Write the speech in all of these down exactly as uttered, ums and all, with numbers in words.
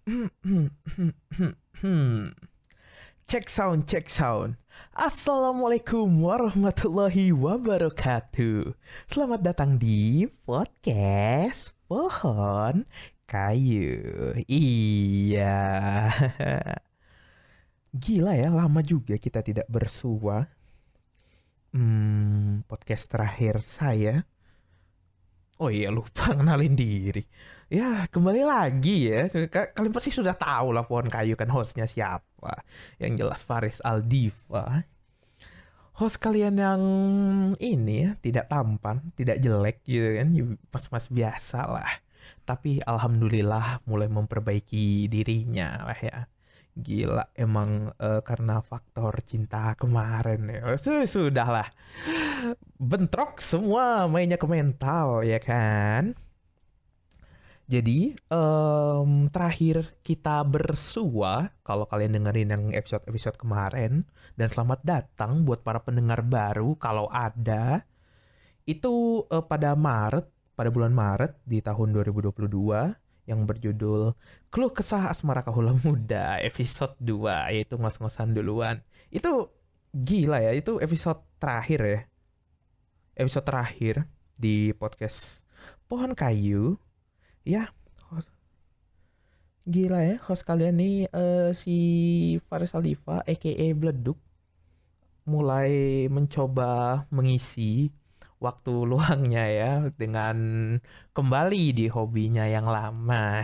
Cek sound, cek sound. Assalamualaikum warahmatullahi wabarakatuh. Selamat datang di podcast Pohon Kayu. Iya. Gila ya, lama juga kita tidak bersua. Hmm, podcast terakhir saya. Oh iya, lupa kenalin diri. Ya, kembali lagi ya. K- Kalian pasti sudah tahu lah Pohon Kayu kan hostnya siapa. Yang jelas Faris Aldiva. Host kalian yang ini ya, tidak tampan, tidak jelek gitu kan. Ya, mas-mas biasa lah. Tapi alhamdulillah mulai memperbaiki dirinya lah ya. Gila, emang eh, karena faktor cinta kemarin ya. Su- Sudahlah. Bentrok semua mainnya ke mental ya kan. Jadi em, terakhir kita bersua kalau kalian dengerin yang episode-episode kemarin, dan selamat datang buat para pendengar baru kalau ada, itu eh, pada Maret, pada bulan Maret di tahun dua ribu dua puluh dua yang berjudul Keluh Kesah Asmara Kahula Muda episode dua, yaitu ngos-ngosan duluan. Itu gila ya, itu episode terakhir ya. Episode terakhir di podcast Pohon Kayu. Ya, host, gila ya, host kalian nih eh, si Faris Aldiva aka Bleduk mulai mencoba mengisi waktu luangnya ya dengan kembali di hobinya yang lama.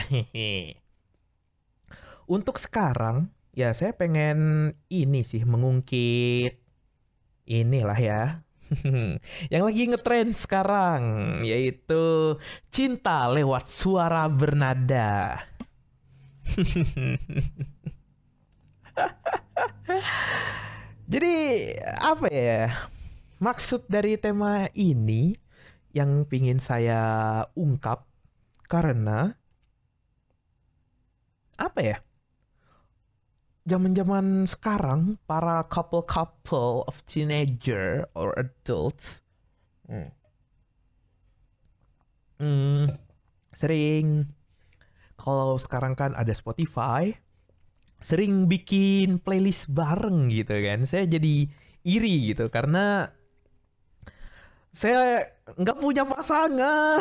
Untuk sekarang ya saya pengen ini sih mengungkit inilah ya yang lagi ngetren sekarang, yaitu cinta lewat suara bernada. Jadi apa ya maksud dari tema ini yang pingin saya ungkap, karena apa ya, zaman-zaman sekarang para couple-couple of teenager or adults hmm, hmm, sering, kalau sekarang kan ada Spotify, sering bikin playlist bareng gitu kan. Saya jadi iri gitu karena saya nggak punya pasangan.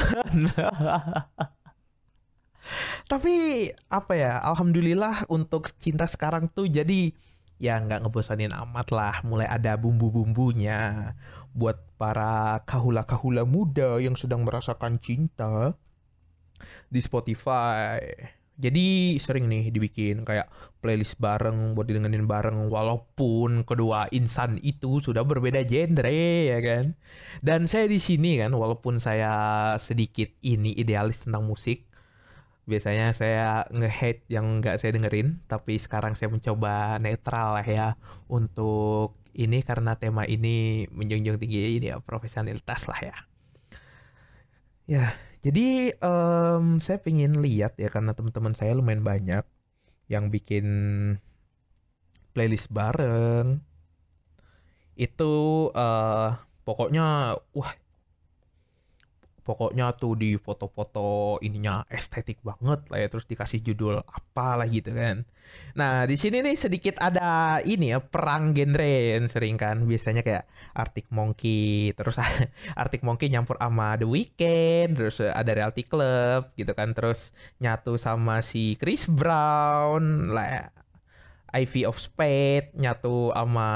Tapi apa ya, alhamdulillah untuk cinta sekarang tuh jadi ya nggak ngebosanin amat lah. Mulai ada bumbu-bumbunya buat para kahula-kahula muda yang sedang merasakan cinta di Spotify. Jadi sering nih dibikin kayak playlist bareng buat didengerin bareng, walaupun kedua insan itu sudah berbeda genre ya kan. Dan saya di sini kan, walaupun saya sedikit ini idealis tentang musik, biasanya saya nge-hate yang nggak saya dengerin, tapi sekarang saya mencoba netral lah ya untuk ini, karena tema ini menjunjung tinggi ini ya profesionalitas lah ya. Ya, jadi em, saya pengen lihat ya, karena teman-teman saya lumayan banyak yang bikin playlist bareng. Itu eh pokoknya wah, pokoknya tuh di foto-foto ininya estetik banget lah ya, terus dikasih judul apa lah gitu kan. Nah, di sini nih sedikit ada ini ya, perang genre yang sering kan. Biasanya kayak Arctic Monkey, terus Arctic Monkey nyampur sama The Weeknd, terus ada Reality Club gitu kan, terus nyatu sama si Chris Brown lah. Ivy of Spade nyatu sama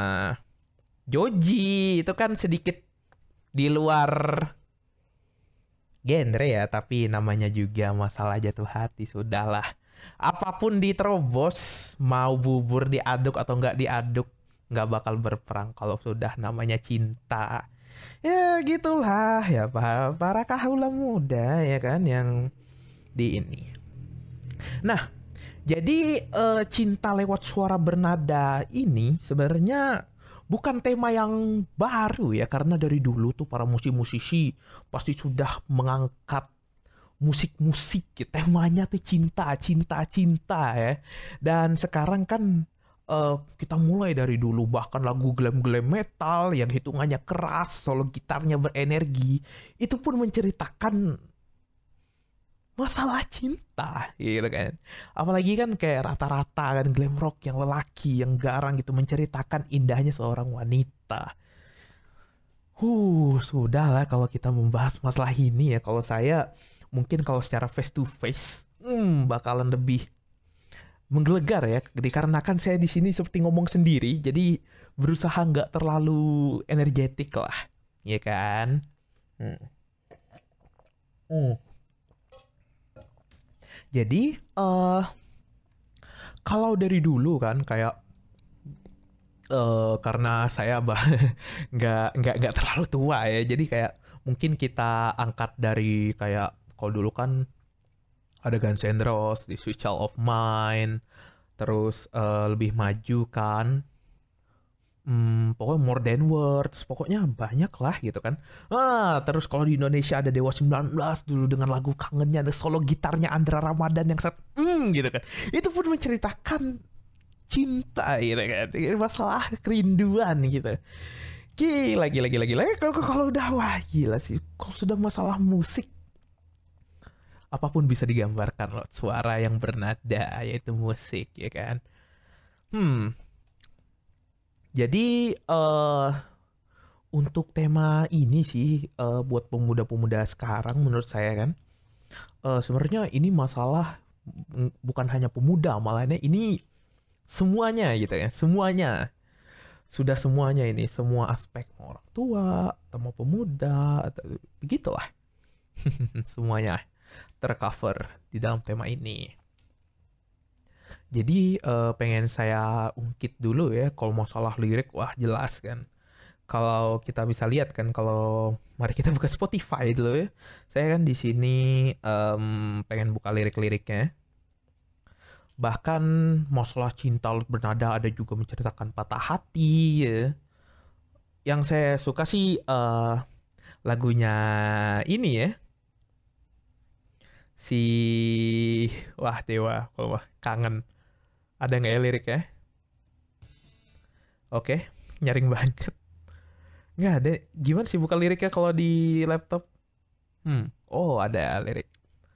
Joji, itu kan sedikit di luar genre ya, tapi namanya juga masalah jatuh hati, sudahlah. Apapun diterobos, mau bubur diaduk atau nggak diaduk, nggak bakal berperang kalau sudah namanya cinta. Ya gitulah ya, para, para kahula muda ya kan yang di ini. Nah, jadi eh, cinta lewat suara bernada ini sebenarnya bukan tema yang baru ya, karena dari dulu tuh para musisi-musisi pasti sudah mengangkat musik-musik ya, temanya tuh cinta, cinta, cinta ya. Dan sekarang kan eh, kita mulai dari dulu, bahkan lagu glam-glam metal yang hitungannya keras, solo gitarnya berenergi, itu pun menceritakan masalah cinta gitu kan. Apalagi kan kayak rata-rata kan glam rock yang lelaki yang garang gitu menceritakan indahnya seorang wanita. Huh, sudah lah kalau kita membahas masalah ini ya. Kalau saya mungkin kalau secara face to face, hmm, bakalan lebih menggelegar ya. Dikarenakan saya di sini seperti ngomong sendiri, jadi berusaha nggak terlalu energetik lah, ya kan? Hmm. Hmm. Jadi, eh kalau dari dulu kan kayak eh karena saya bah nggak nggak nggak terlalu tua ya, jadi kayak mungkin kita angkat dari kayak kalau dulu kan ada Guns N' Roses di Sweet Child of Mine, terus eh, lebih maju kan, hmm, pokoknya More Than Words, pokoknya banyak lah gitu kan. Ah, terus kalau di Indonesia ada Dewa sembilan belas dulu dengan lagu kangennya, ada solo gitarnya Andra Ramadan yang sangat hmm gitu kan. Itu pun menceritakan cinta gitu kan, masalah kerinduan gitu. Gila, gila, gila, gila. Eh, Kalau kalau udah wah gila sih. Kalau sudah masalah musik, apapun bisa digambarkan loh. Suara yang bernada, yaitu musik, ya kan. Hmm, jadi eh untuk tema ini sih eh, buat pemuda-pemuda sekarang, menurut saya kan, eh, sebenarnya ini masalah mm, bukan hanya pemuda, malahnya ini semuanya gitu ya, semuanya. Sudah semuanya ini, semua aspek mau orang tua, atau mau pemuda, atau begitulah. Semuanya tercover di dalam tema ini. Jadi eh, pengen saya ungkit dulu ya, kalau masalah lirik, wah jelas kan. Kalau kita bisa lihat kan, kalau mari kita buka Spotify dulu ya. Saya kan di sini em, pengen buka lirik-liriknya. Bahkan masalah cinta bernada ada juga menceritakan patah hati ya. Yang saya suka sih eh lagunya ini ya. Si wah Dewa kalau wah kangen. Ada nggak ya lirik ya? Oke, nyaring banget. Nggak ada. Gimana sih buka liriknya kalau di laptop? Hmm. Oh, ada lirik.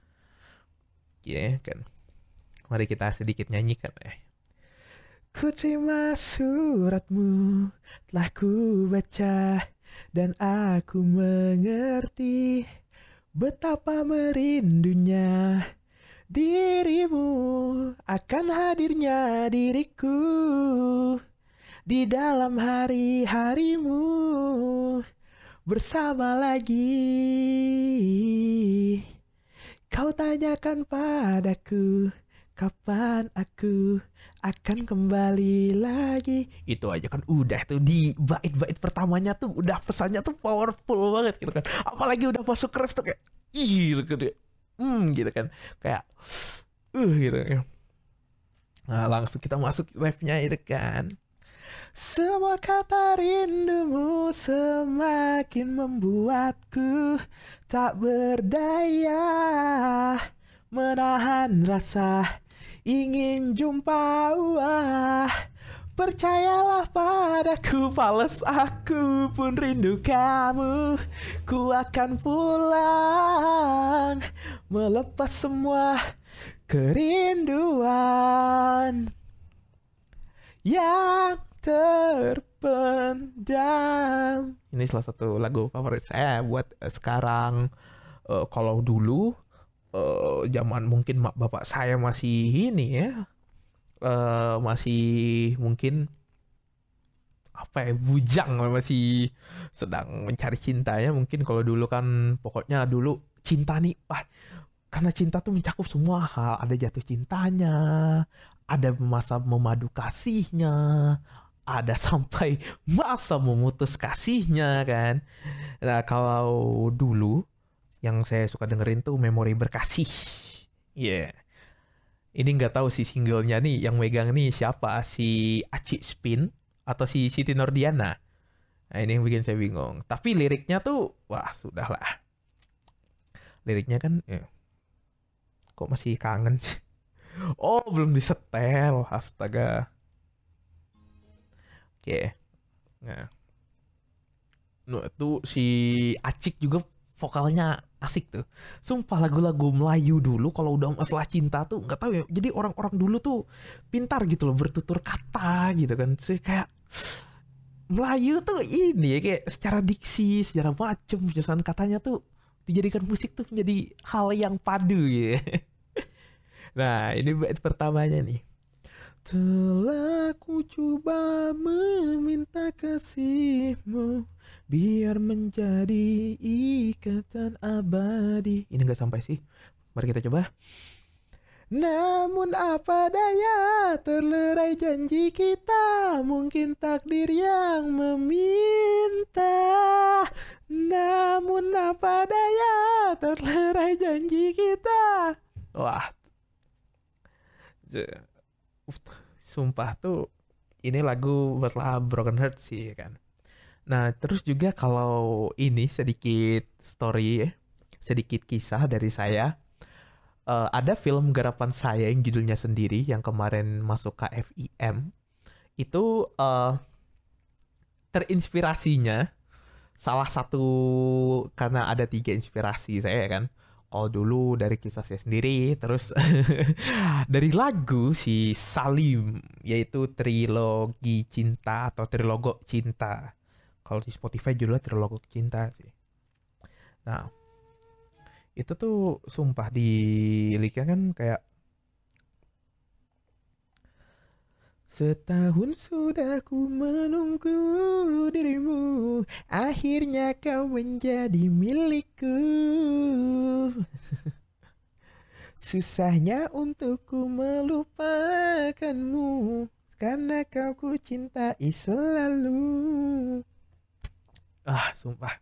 Iya kan. Mari kita sedikit nyanyikan ya. Ku terima suratmu, telah ku baca, dan aku mengerti betapa merindunya dirimu, akan hadirnya diriku di dalam hari-harimu bersama lagi. Kau tanyakan padaku kapan aku akan kembali lagi. Itu aja kan udah tuh di bait-bait pertamanya tuh udah pesannya tuh powerful banget gitu kan. Apalagi udah masuk ref tuh kayak ih gitu kan. Hmm gitu kan. Kayak uh gitu kan. Nah, langsung kita masuk refnya itu kan. Semua kata rindumu semakin membuatku tak berdaya menahan rasa ingin jumpa. Wah, percayalah padaku, fales aku pun rindu kamu. Ku akan pulang melepas semua kerinduan yang terpendam. Ini salah satu lagu favorit saya buat eh, sekarang. Eh, kalau dulu eh, zaman mungkin mak bapak saya masih ini ya, eh, masih mungkin apa ya bujang, masih sedang mencari cintanya. Mungkin kalau dulu kan pokoknya dulu cinta nih, wah karena cinta tuh mencakup semua hal. Ada jatuh cintanya, ada masa memadu kasihnya, ada sampai masa memutus kasihnya kan. Nah kalau dulu yang saya suka dengerin tuh Memori Berkasih. Iya. Yeah. Ini nggak tahu si singlenya nih yang megang nih siapa, si Aci Spin atau si Siti Nordiana. Nah ini yang bikin saya bingung. Tapi liriknya tuh wah sudahlah. Liriknya kan eh, kok masih kangen sih. Oh belum disetel, astaga. Oke. Nah, no, itu si Acik juga vokalnya asik tuh. Sumpah lagu-lagu Melayu dulu kalau udah masalah cinta tuh nggak tahu ya. Jadi orang-orang dulu tuh pintar gitu loh bertutur kata gitu kan. So, kayak Melayu tuh ini ya kayak secara diksi, secara macem penyusunan katanya tuh dijadikan musik tuh menjadi hal yang padu ya. Nah ini bait pertamanya nih. Telah ku coba meminta kasihmu biar menjadi ikatan abadi. Ini gak sampai sih. Mari kita coba. Namun apa daya terlerai janji kita, mungkin takdir yang meminta. Namun apa daya terlerai janji kita. Wah. Sumpah tuh ini lagu buatlah Broken Heart sih kan. Nah terus juga kalau ini sedikit story, sedikit kisah dari saya. Uh, ada film garapan saya yang judulnya sendiri yang kemarin masuk K F I M. Itu uh, terinspirasinya salah satu karena ada tiga inspirasi saya kan. Kalau dulu dari kisah saya sendiri, terus dari lagu si Salim, yaitu Trilogi Cinta atau Trilogo Cinta. Kalau di Spotify judulnya Trilogo Cinta sih. Nah, itu tuh sumpah di liriknya kan kayak setahun sudah ku menunggu dirimu, akhirnya kau menjadi milikku. Susahnya untukku melupakanmu, karena kau ku cintai selalu. Ah, sumpah.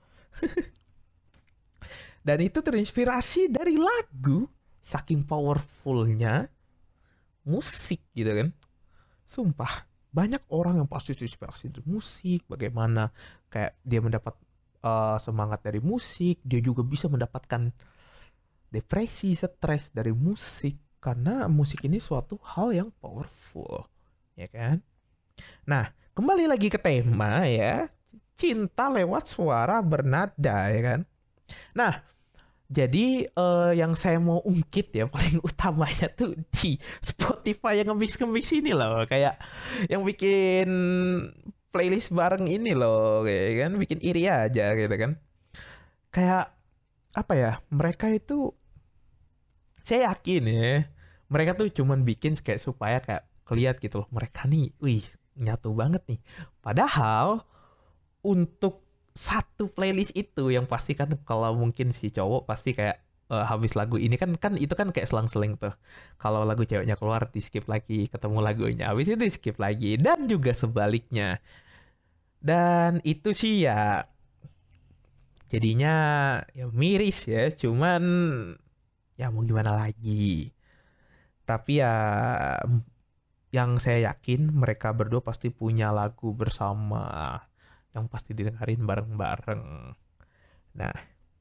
Dan itu terinspirasi dari lagu, saking powerfulnya musik gitu kan. Sumpah, banyak orang yang pasti terinspirasi dari musik, bagaimana kayak dia mendapat uh, semangat dari musik, dia juga bisa mendapatkan depresi, stres dari musik, karena musik ini suatu hal yang powerful, ya kan? Nah, kembali lagi ke tema ya, cinta lewat suara bernada ya kan. Nah, jadi uh, yang saya mau ungkit ya paling utamanya tuh di Spotify yang nge-mix-nge-mix ini loh, kayak yang bikin playlist bareng ini loh, kayak kan bikin iri aja gitu kan. Kayak apa ya? Mereka itu saya yakin ya, mereka tuh cuman bikin kayak supaya kayak kelihat gitu loh, mereka nih, wih, nyatu banget nih. Padahal untuk satu playlist itu yang pasti kan kalau mungkin si cowok pasti kayak uh, habis lagu ini kan kan itu kan kayak selang-seling tuh. Kalau lagu ceweknya keluar di skip lagi, ketemu lagunya, habis itu di skip lagi, dan juga sebaliknya. Dan itu sih ya jadinya ya miris ya, cuman ya mau gimana lagi. Tapi ya yang saya yakin mereka berdua pasti punya lagu bersama yang pasti didengarin bareng-bareng. Nah,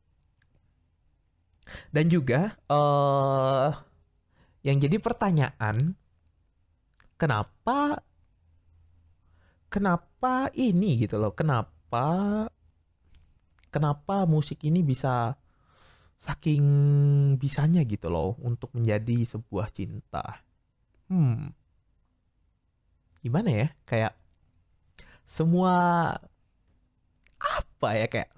dan juga uh, yang jadi pertanyaan, kenapa, kenapa ini gitu loh, kenapa, kenapa musik ini bisa saking bisanya gitu loh untuk menjadi sebuah cinta. Hmm, gimana ya? Kayak semua apa ya kayak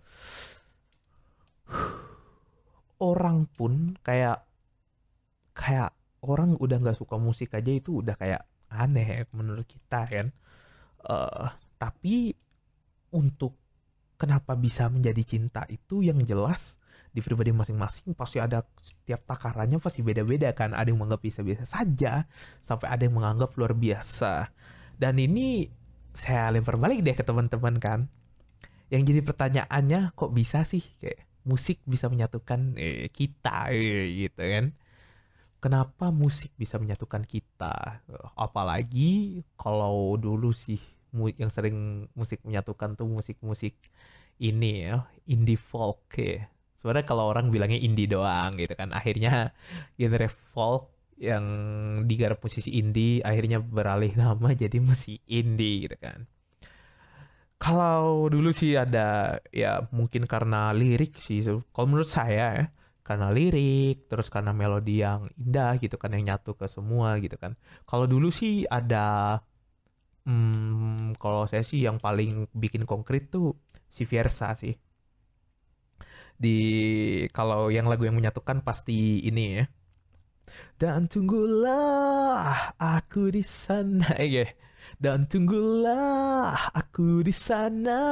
orang pun kayak kayak orang udah nggak suka musik aja itu udah kayak aneh ya menurut kita kan. Uh, tapi untuk kenapa bisa menjadi cinta itu yang jelas di pribadi masing-masing pasti ada, setiap takarannya pasti beda-beda kan. Ada yang menganggap biasa-biasa saja sampai ada yang menganggap luar biasa. Dan ini saya lempar balik deh ke teman-teman kan. Yang jadi pertanyaannya, kok bisa sih kayak musik bisa menyatukan eh, kita eh, gitu kan. Kenapa musik bisa menyatukan kita? Apalagi kalau dulu sih yang sering musik menyatukan tuh musik-musik ini ya, indie folk ya. Sebenarnya kalau orang bilangnya indie doang gitu kan. Akhirnya genre folk yang digarap musisi indie akhirnya beralih nama jadi musik indie gitu kan. Kalau dulu sih ada ya mungkin karena lirik sih. So, kalau menurut saya ya, karena lirik, terus karena melodi yang indah gitu kan yang nyatu ke semua gitu kan. Kalau dulu sih ada hmm, kalau saya sih yang paling bikin konkret tuh si Fiersa sih. Di kalau yang lagu yang menyatukan pasti ini ya. Dan tunggulah aku di sana. Iya. Dan tunggulah aku di sana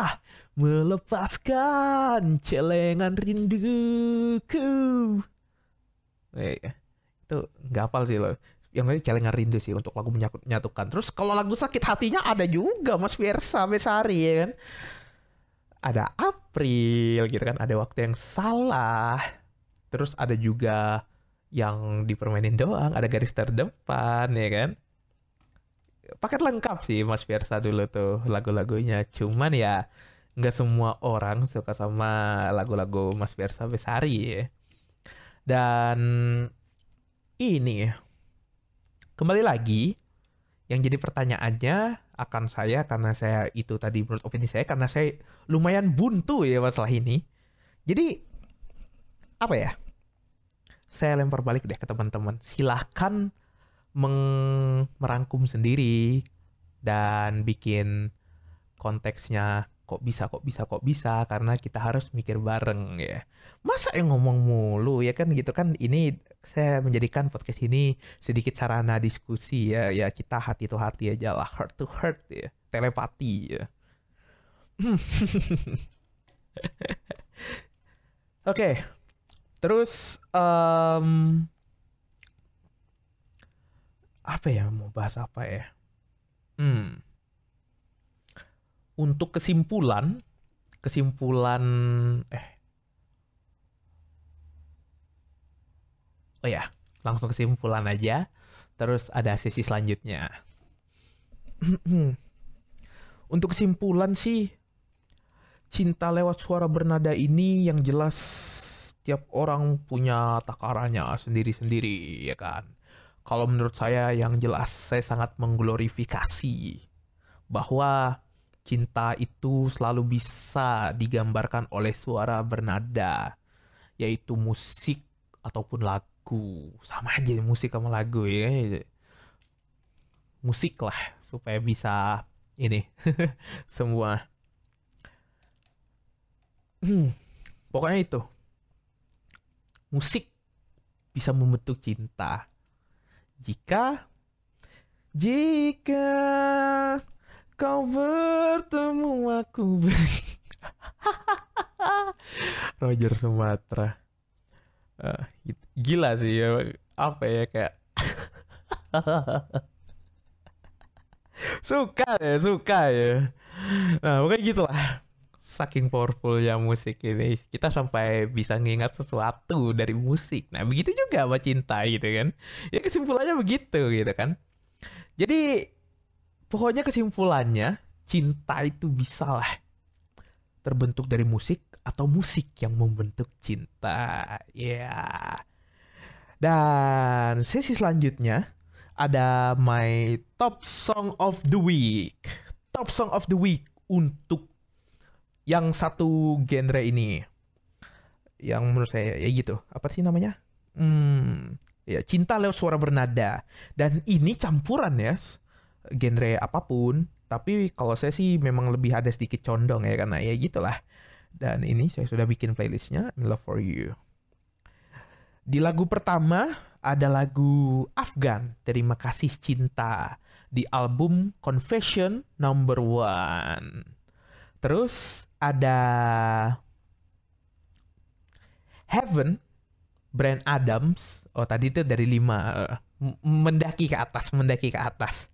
melepaskan celengan rinduku. Eh, itu nggak hafal sih loh. Yang ini celengan rindu sih untuk lagu menyatukan. Terus kalau lagu sakit hatinya ada juga Mas Fiersa Besari ya kan. Ada April gitu kan. Ada waktu yang salah. Terus ada juga yang dipermainin doang. Ada garis terdepan ya kan. Paket lengkap sih Mas Fiersa dulu tuh lagu-lagunya. Cuman ya nggak semua orang suka sama lagu-lagu Mas Fiersa Besari ya. Dan ini kembali lagi yang jadi pertanyaannya akan saya karena saya itu tadi menurut opini saya karena saya lumayan buntu ya masalah ini. Jadi apa ya? Saya lempar balik deh ke teman-teman. Silahkan meng- merangkum sendiri dan bikin konteksnya kok bisa kok bisa kok bisa karena kita harus mikir bareng ya. Masa yang ngomong mulu ya kan gitu kan, ini saya menjadikan podcast ini sedikit sarana diskusi ya, ya kita hati to hati aja lah, heart to heart ya, telepati ya. Oke, terus em, apa ya, mau bahas apa ya? Hmm, untuk kesimpulan, kesimpulan, eh, oh ya, langsung kesimpulan aja. Terus ada sesi selanjutnya. Untuk kesimpulan sih, cinta lewat suara bernada ini yang jelas tiap orang punya takarannya sendiri-sendiri, ya kan? Kalau menurut saya yang jelas, saya sangat mengglorifikasi bahwa cinta itu selalu bisa digambarkan oleh suara bernada, yaitu musik ataupun lagu. Sama aja musik sama lagu ya. Musik lah supaya bisa ini semua. Hmm, pokoknya itu. Musik bisa membentuk cinta. Jika jika kau bertemu aku. Roger Sumatra. Uh, gila sih ya, apa ya kayak suka ya suka ya. Nah pokoknya gitulah, saking powerfulnya musik ini kita sampai bisa ngingat sesuatu dari musik. Nah begitu juga sama cinta gitu kan ya, kesimpulannya begitu gitu kan. Jadi pokoknya kesimpulannya cinta itu bisa lah terbentuk dari musik atau musik yang membentuk cinta. Ya. Yeah. Dan sesi selanjutnya ada my top song of the week. Top song of the week untuk yang satu genre ini. Yang menurut saya ya gitu. Apa sih namanya? Hmm, ya cinta lewat suara bernada. Dan ini campuran ya, genre apapun. Tapi kalau saya sih memang lebih ada sedikit condong ya, karena ya gitulah. Dan ini saya sudah bikin playlistnya, Love For You. Di lagu pertama ada lagu Afgan, Terima Kasih Cinta, di album Confession Number One. Terus ada Heaven, Bryan Adams. Oh tadi itu dari lima, mendaki ke atas, mendaki ke atas.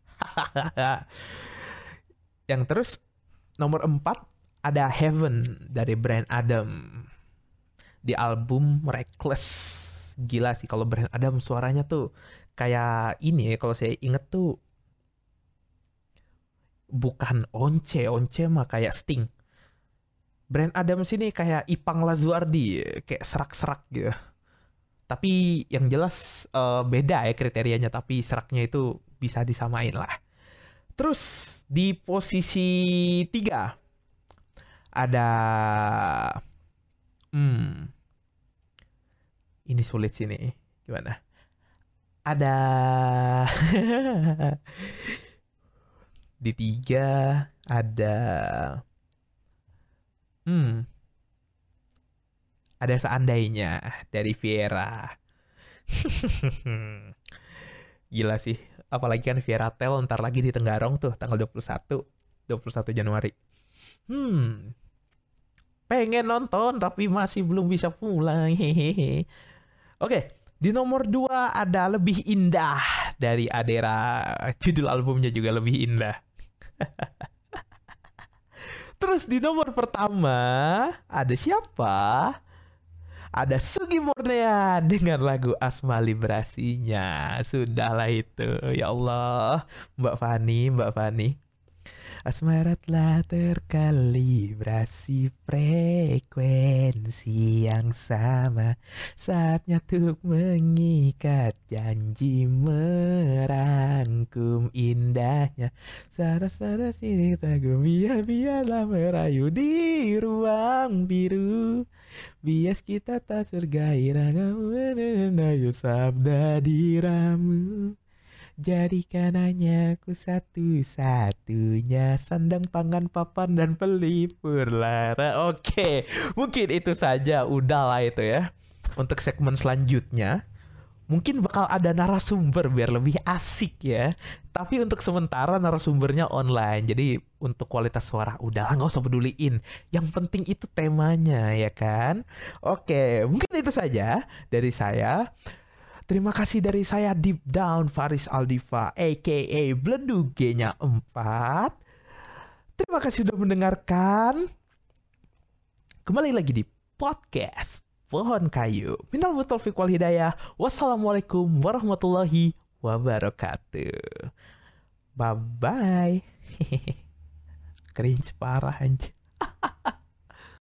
Yang terus nomor empat ada Heaven dari Bryan Adams di album Reckless. Gila sih kalau Bryan Adams suaranya tuh kayak ini ya, kalau saya inget tuh bukan Once, Once mah kayak Sting. Bryan Adams ini kayak Ipang Lazuardi, kayak serak-serak gitu. Tapi yang jelas uh, beda ya kriterianya, tapi seraknya itu bisa disamain lah. Terus di posisi tiga Ada hmm ini sulit sih nih. Gimana? Ada di tiga ada hmm ada seandainya dari Viera. Gila sih. Apalagi kan Viera Tel ntar lagi di Tenggarong tuh tanggal dua puluh satu Januari. Hmm, pengen nonton tapi masih belum bisa pulang. Hehehe. Oke, di nomor dua ada Lebih Indah dari Adera. Judul albumnya juga lebih indah. Terus di nomor pertama ada siapa? Ada Sugi Mornean dengan lagu Asma Librasinya. Sudahlah itu. Ya Allah, Mbak Fani, Mbak Fani. Asmara telah terkalibrasi frekuensi yang sama. Saatnya untuk mengikat janji merangkum indahnya. Sada-sada sini tagu biar-biarlah merayu di ruang biru. Bias kita tak sergairah kamu sabda diramu. Jadikan hanya aku satu-satunya sandang pangan papan dan pelipur lara. Oke, mungkin itu saja udahlah itu ya. Untuk segmen selanjutnya mungkin bakal ada narasumber biar lebih asik ya. Tapi untuk sementara narasumbernya online. Jadi untuk kualitas suara udahlah nggak usah peduliin. Yang penting itu temanya ya kan. Oke, mungkin itu saja dari saya. Terima kasih dari saya Deep Down Faris Aldiva aka Bledu G-nya empat. Terima kasih sudah mendengarkan. Kembali lagi di podcast Pohon Kayu. Minal taufiq wal hidayah. Wassalamualaikum warahmatullahi wabarakatuh. Bye bye. Cringe parah anjir.